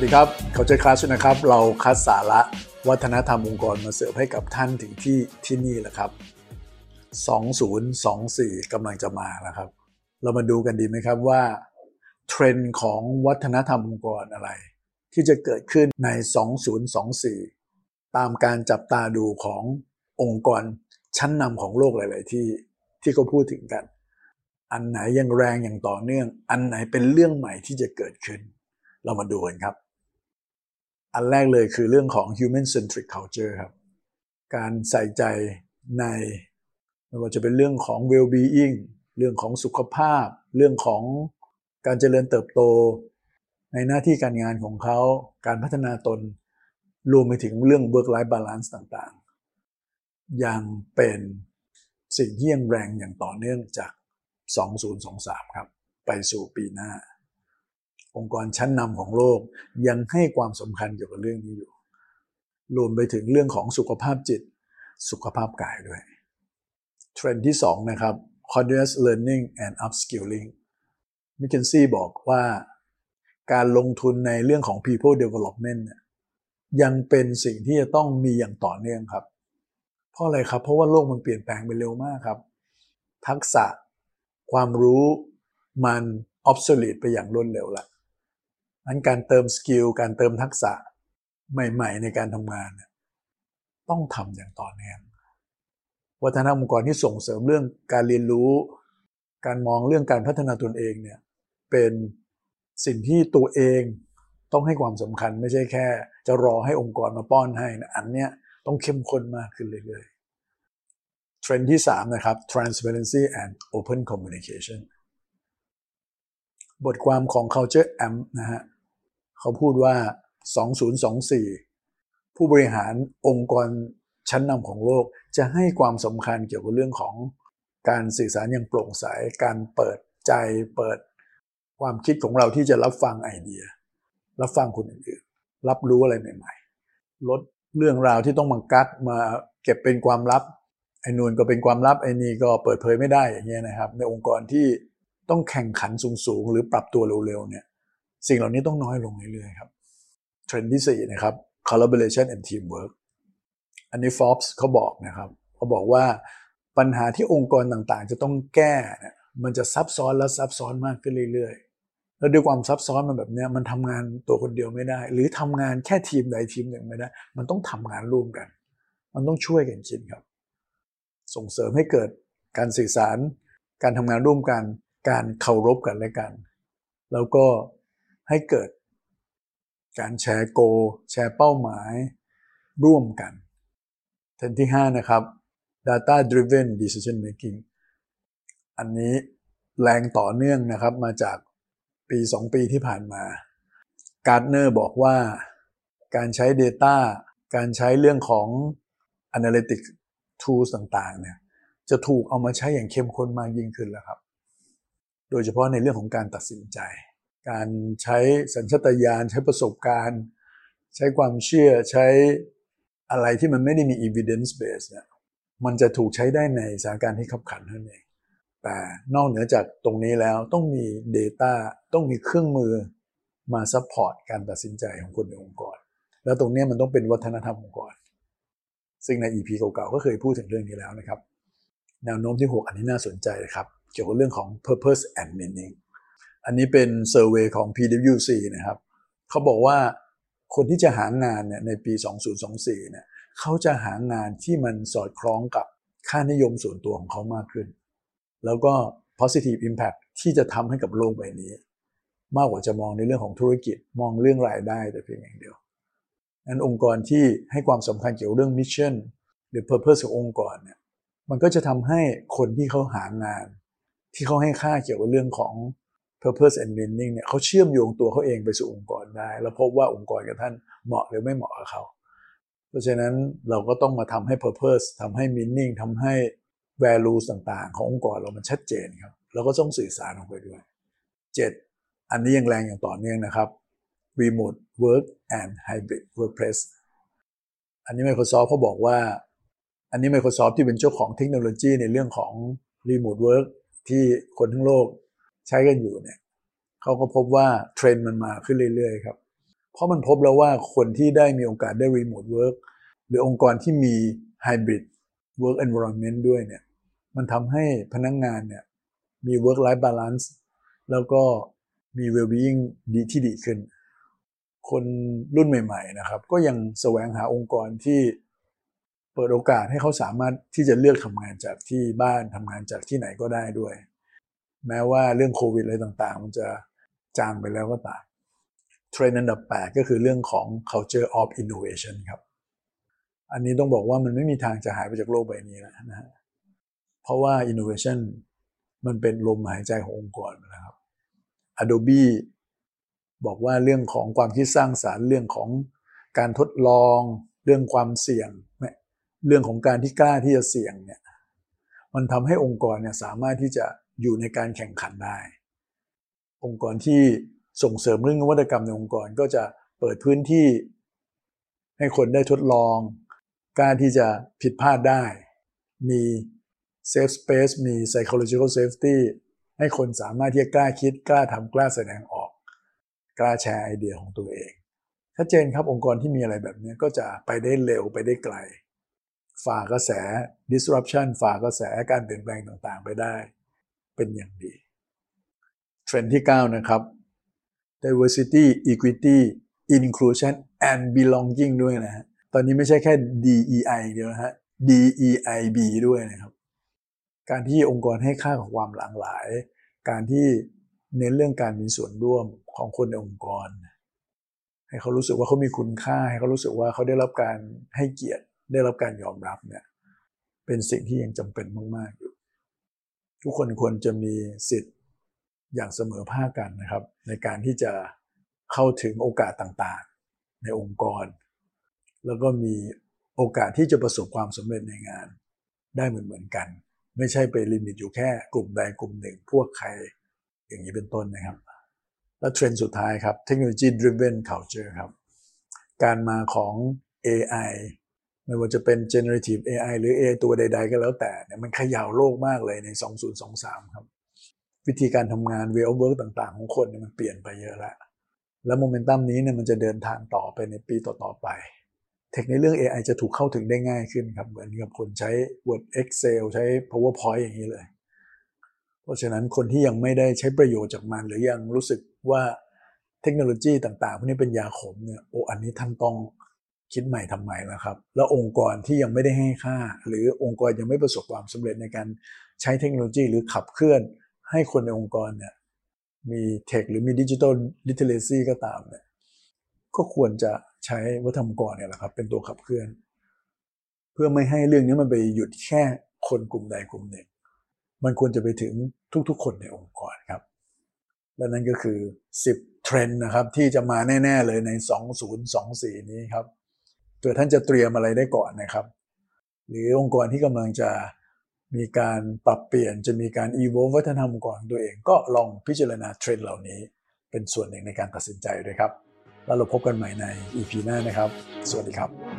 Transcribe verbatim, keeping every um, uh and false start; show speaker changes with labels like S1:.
S1: ดีครับเขาเจอคลาสนะครับเราคัดสาระวัฒนธรรมองค์กรมาเสิร์ฟให้กับท่านถึงที่ที่นี่แหละครับสองพันยี่สิบสี่กำลังจะมาแล้วครับเรามาดูกันดีไหมครับว่าเทรนด์ของวัฒนธรรมองค์กรอะไรที่จะเกิดขึ้นในสองพันยี่สิบสี่ตามการจับตาดูขององค์กรชั้นนำของโลกหลายๆที่ที่เขาพูดถึงกันอันไหนยังแรงอย่างต่อเนื่องอันไหนเป็นเรื่องใหม่ที่จะเกิดขึ้นเรามาดูกันครับอันแรกเลยคือเรื่องของ human centric culture ครับการใส่ใจในไม่ว่าจะเป็นเรื่องของ well being เรื่องของสุขภาพเรื่องของการเจริญเติบโตในหน้าที่การงานของเขาการพัฒนาตนรวมไปถึงเรื่อง work life balance ต่างๆยังเป็นสิ่งที่ยังแรงอย่างต่อเนื่องจากสองพันยี่สิบสามครับไปสู่ปีหน้าองค์กรชั้นนำของโลกยังให้ความสำคัญเกี่ยวกับเรื่องนี้อยู่รวมไปถึงเรื่องของสุขภาพจิตสุขภาพกายด้วยเทรนด์ที่สองนะครับ continuous learning and upskilling McKinsey บอกว่าการลงทุนในเรื่องของ people development ยังเป็นสิ่งที่จะต้องมีอย่างต่อเนื่องครับเพราะอะไรครับเพราะว่าโลกมันเปลี่ยนแปลงไปเร็วมากครับทักษะความรู้มัน obsolete ไปอย่างรวดเร็วละงั้นการเติมสกิลการเติมทักษะใหม่ๆในการทำงานต้องทำอย่างต่อเนื่องวัฒนธรรมองค์กรที่ส่งเสริมเรื่องการเรียนรู้การมองเรื่องการพัฒนาตนเองเนี่ยเป็นสิ่งที่ตัวเองต้องให้ความสำคัญไม่ใช่แค่จะรอให้องค์กรมาป้อนให้นะอันเนี้ยต้องเข้มข้นมากขึ้นเรื่อยๆเทรนด์ที่สามนะครับ transparency and open communication บทความของ Culture Amp นะฮะเขาพูดว่าสองพันยี่สิบสี่ผู้บริหารองค์กรชั้นนำของโลกจะให้ความสำคัญเกี่ยวกับเรื่องของการสื่อสารอย่างโปร่งใสการเปิดใจเปิดความคิดของเราที่จะรับฟังไอเดียรับฟังคนอื่นๆรับรู้อะไรใหม่ๆลดเรื่องราวที่ต้องมากัดมาเก็บเป็นความลับไอ้นู่นก็เป็นความลับไอ้นี่ก็เปิดเผยไม่ได้อย่างเงี้ยนะครับในองค์กรที่ต้องแข่งขันสูงๆหรือปรับตัวเร็วๆเนี่ยสิ่งเหล่านี้ต้องน้อยลงเรื่อยๆครับเทรนด์ที่สี่นะครับ collaboration and teamwork อันนี้ Forbes เขาบอกนะครับเขาบอกว่าปัญหาที่องค์กรต่างๆจะต้องแก้เนี่ยมันจะซับซ้อนและซับซ้อนมากขึ้นเรื่อยๆแล้วด้วยความซับซ้อนมันแบบนี้มันทำงานตัวคนเดียวไม่ได้หรือทำงานแค่ทีมใดทีมหนึ่งไม่ได้มันต้องทำงานร่วมกันมันต้องช่วยกันคิดครับส่งเสริมให้เกิดการสื่อสารการทำงานร่วมกันการเคารพกันและกันแล้วก็ให้เกิดการแชร์โกแชร์เป้าหมายร่วมกันเทรนด์ที่ห้านะครับ data driven decision making อันนี้แรงต่อเนื่องนะครับมาจากปีสองปีที่ผ่านมา Gartner บอกว่าการใช้ data การใช้เรื่องของ analytics tools ต่างๆเนี่ยจะถูกเอามาใช้อย่างเข้มข้นมากยิ่งขึ้นแล้วครับโดยเฉพาะในเรื่องของการตัดสินใจการใช้สัญชาตญาณใช้ประสบการณ์ใช้ความเชื่อใช้อะไรที่มันไม่ได้มี evidence base เนี่ยมันจะถูกใช้ได้ในสถานการณ์ที่ขับขันนั่นเองแต่นอกเหนือจากตรงนี้แล้วต้องมี data ต้องมีเครื่องมือมา support การตัดสินใจของคนในองค์กรแล้วตรงนี้มันต้องเป็นวัฒนธรรมองค์กรซึ่งใน อี พี เก่าๆก็เคยพูดถึงเรื่องนี้แล้วนะครับแนวโน้มที่หกอันนี้น่าสนใจครับเกี่ยวกับเรื่องของ purpose and meaning อันนี้เป็นเซอร์เวย์ของ พี ดับเบิลยู ซี นะครับเขาบอกว่าคนที่จะหางานเนี่ยในปีสองพันยี่สิบสี่เนี่ยเขาจะหางานที่มันสอดคล้องกับค่านิยมส่วนตัวของเขามากขึ้นแล้วก็ positive impact ที่จะทำให้กับโลกใบนี้มากกว่าจะมองในเรื่องของธุรกิจมองเรื่องรายได้แต่เพียงอย่างเดียวงั้นองค์กรที่ให้ความสำคัญเกี่ยวกับเรื่อง mission หรือ purpose ขององค์กรเนี่ยมันก็จะทำให้คนที่เขาหางานที่เขาให้ค่าเกี่ยวกับเรื่องของ purpose and meaning เนี่ยเขาเชื่อมโยงตัวเขาเองไปสู่องค์กรได้แล้วพบว่าองค์กรกับท่านเหมาะหรือไม่เหมาะกับเขาเพราะฉะนั้นเราก็ต้องมาทำให้ purpose ทำให้ meaning ทำให้ values ต่างๆขององค์กรเรามันชัดเจนครับแล้วก็ต้องสื่อสารออกไปด้วยเจ็ดอันนี้ยังแรงอย่างต่อเนื่องนะครับ remote work and hybrid workplace อันนี้ Microsoft เขาบอกว่าอันนี้ Microsoft ที่เป็นเจ้าของเทคโนโลยีในเรื่องของ remote work ที่คนทั้งโลกใช้กันอยู่เนี่ยเขาก็พบว่าเทรนด์มันมาขึ้นเรื่อยๆครับเพราะมันพบแล้วว่าคนที่ได้มีโอกาสได้ remote work หรือองค์กรที่มี hybrid work environment ด้วยเนี่ยมันทำให้พนักงานเนี่ยมี work life balance แล้วก็มี well-being ดีที่ดีขึ้นคนรุ่นใหม่ๆนะครับก็ยังแสวงหาองค์กรที่เปิดโอกาสให้เขาสามารถที่จะเลือกทำงานจากที่บ้านทำงานจากที่ไหนก็ได้ด้วยแม้ว่าเรื่องโควิดอะไรต่างๆมันจะจางไปแล้วก็ตามเทรนด์อันดับแปดก็คือเรื่องของ culture of innovation ครับอันนี้ต้องบอกว่ามันไม่มีทางจะหายไปจากโลกใบนี้แล้วนะฮะเพราะว่า innovation มันเป็นลมหายใจขององค์กรนะครับ Adobe บอกว่าเรื่องของความคิดสร้างสรรค์เรื่องของการทดลองเรื่องความเสี่ยงเรื่องของการที่กล้าที่จะเสี่ยงเนี่ยมันทำให้องค์กรเนี่ยสามารถที่จะอยู่ในการแข่งขันได้องค์กรที่ส่งเสริมเรื่องนวัตกรรมในองค์กรก็จะเปิดพื้นที่ให้คนได้ทดลองกล้าที่จะผิดพลาดได้มี safe space มี psychological safety ให้คนสามารถที่จะกล้าคิดกล้าทำกล้าแสดงออกกล้าแชร์ไอเดียของตัวเองชัดเจนครับองค์กรที่มีอะไรแบบนี้ก็จะไปได้เร็วไปได้ไกลฝ่ากระแส disruption ฝ่ากระแสการเปลี่ยนแปลงต่างๆไปได้เป็นอย่างดีเทรนด์ที่เก้านะครับ diversity equity inclusion and belonging ด้วยนะฮะตอนนี้ไม่ใช่แค่ ดี อี ไอ เดียวนะฮะ ดี อี ไอ บี ด้วยนะครับการที่องค์กรให้ค่ากับความหลากหลายการที่เน้นเรื่องการมีส่วนร่วมของคนในองค์กรให้เขารู้สึกว่าเขามีคุณค่าให้เขารู้สึกว่าเขาได้รับการให้เกียรติได้รับการยอมรับเนี่ยเป็นสิ่งที่ยังจำเป็นมากๆอยู่ทุกคนควรจะมีสิทธิ์อย่างเสมอภาคกันนะครับในการที่จะเข้าถึงโอกาสต่างๆในองค์กรแล้วก็มีโอกาสที่จะประสบความสำเร็จในงานได้เหมือนๆกันไม่ใช่ไปลิมิตอยู่แค่กลุ่มใดกลุ่มหนึ่งพวกใครอย่างนี้เป็นต้นนะครับและเทรนด์สุดท้ายครับ Technology Driven Culture ครับการมาของ เอ ไอ ไม่ว่าจะเป็น Generative เอ ไอ หรือ เอ ไอ ตัวใดๆก็แล้วแต่เนี่ยมันเขย่าโลกมากเลยในสองพันยี่สิบสามครับวิธีการทำงาน way of work ต่างๆของคนเนี่ยมันเปลี่ยนไปเยอะแล้วแล้วโมเมนตัมนี้เนี่ยมันจะเดินทางต่อไปในปีต่อๆไปเทคนิคเรื่อง เอ ไอ จะถูกเข้าถึงได้ง่ายขึ้นครับเหมือนกับคนใช้ Word Excel ใช้ PowerPoint อย่างนี้เลยเพราะฉะนั้นคนที่ยังไม่ได้ใช้ประโยชน์จากมันหรือยังรู้สึกว่าเทคโนโลยีต่างๆพวกนี้เป็นยาขมเนี่ยโอ้อันนี้ท่านต้องคิดใหม่ทำใหม่แล้วครับแล้วองค์กรที่ยังไม่ได้ให้ค่าหรือองค์กรยังไม่ประสบความสำเร็จในการใช้เทคโนโลยีหรือขับเคลื่อนให้คนในองค์กรเนี่ยมีเทคหรือมีดิจิทัลลิเทเรซีก็ตามเนี่ยก็ควรจะใช้วัฒนธรรมองค์กรเนี่ยแหละครับเป็นตัวขับเคลื่อนเพื่อไม่ให้เรื่องนี้มันไปหยุดแค่คนกลุ่มใดกลุ่มหนึ่งมันควรจะไปถึงทุกๆคนในองค์กรครับและนั่นก็คือสิบเทรนด์นะครับที่จะมาแน่ๆเลยในสองพันยี่สิบสี่นี้ครับเผื่อท่านจะเตรียมอะไรได้ก่อนนะครับหรือองค์กรที่กำลังจะมีการปรับเปลี่ยนจะมีการ evolve วัฒนธรรมองค์กรของตัวเองก็ลองพิจารณาเทรนด์เหล่านี้เป็นส่วนหนึ่งในการตัดสินใจด้วยครับแล้วเราพบกันใหม่ใน อี พี หน้านะครับสวัสดีครับ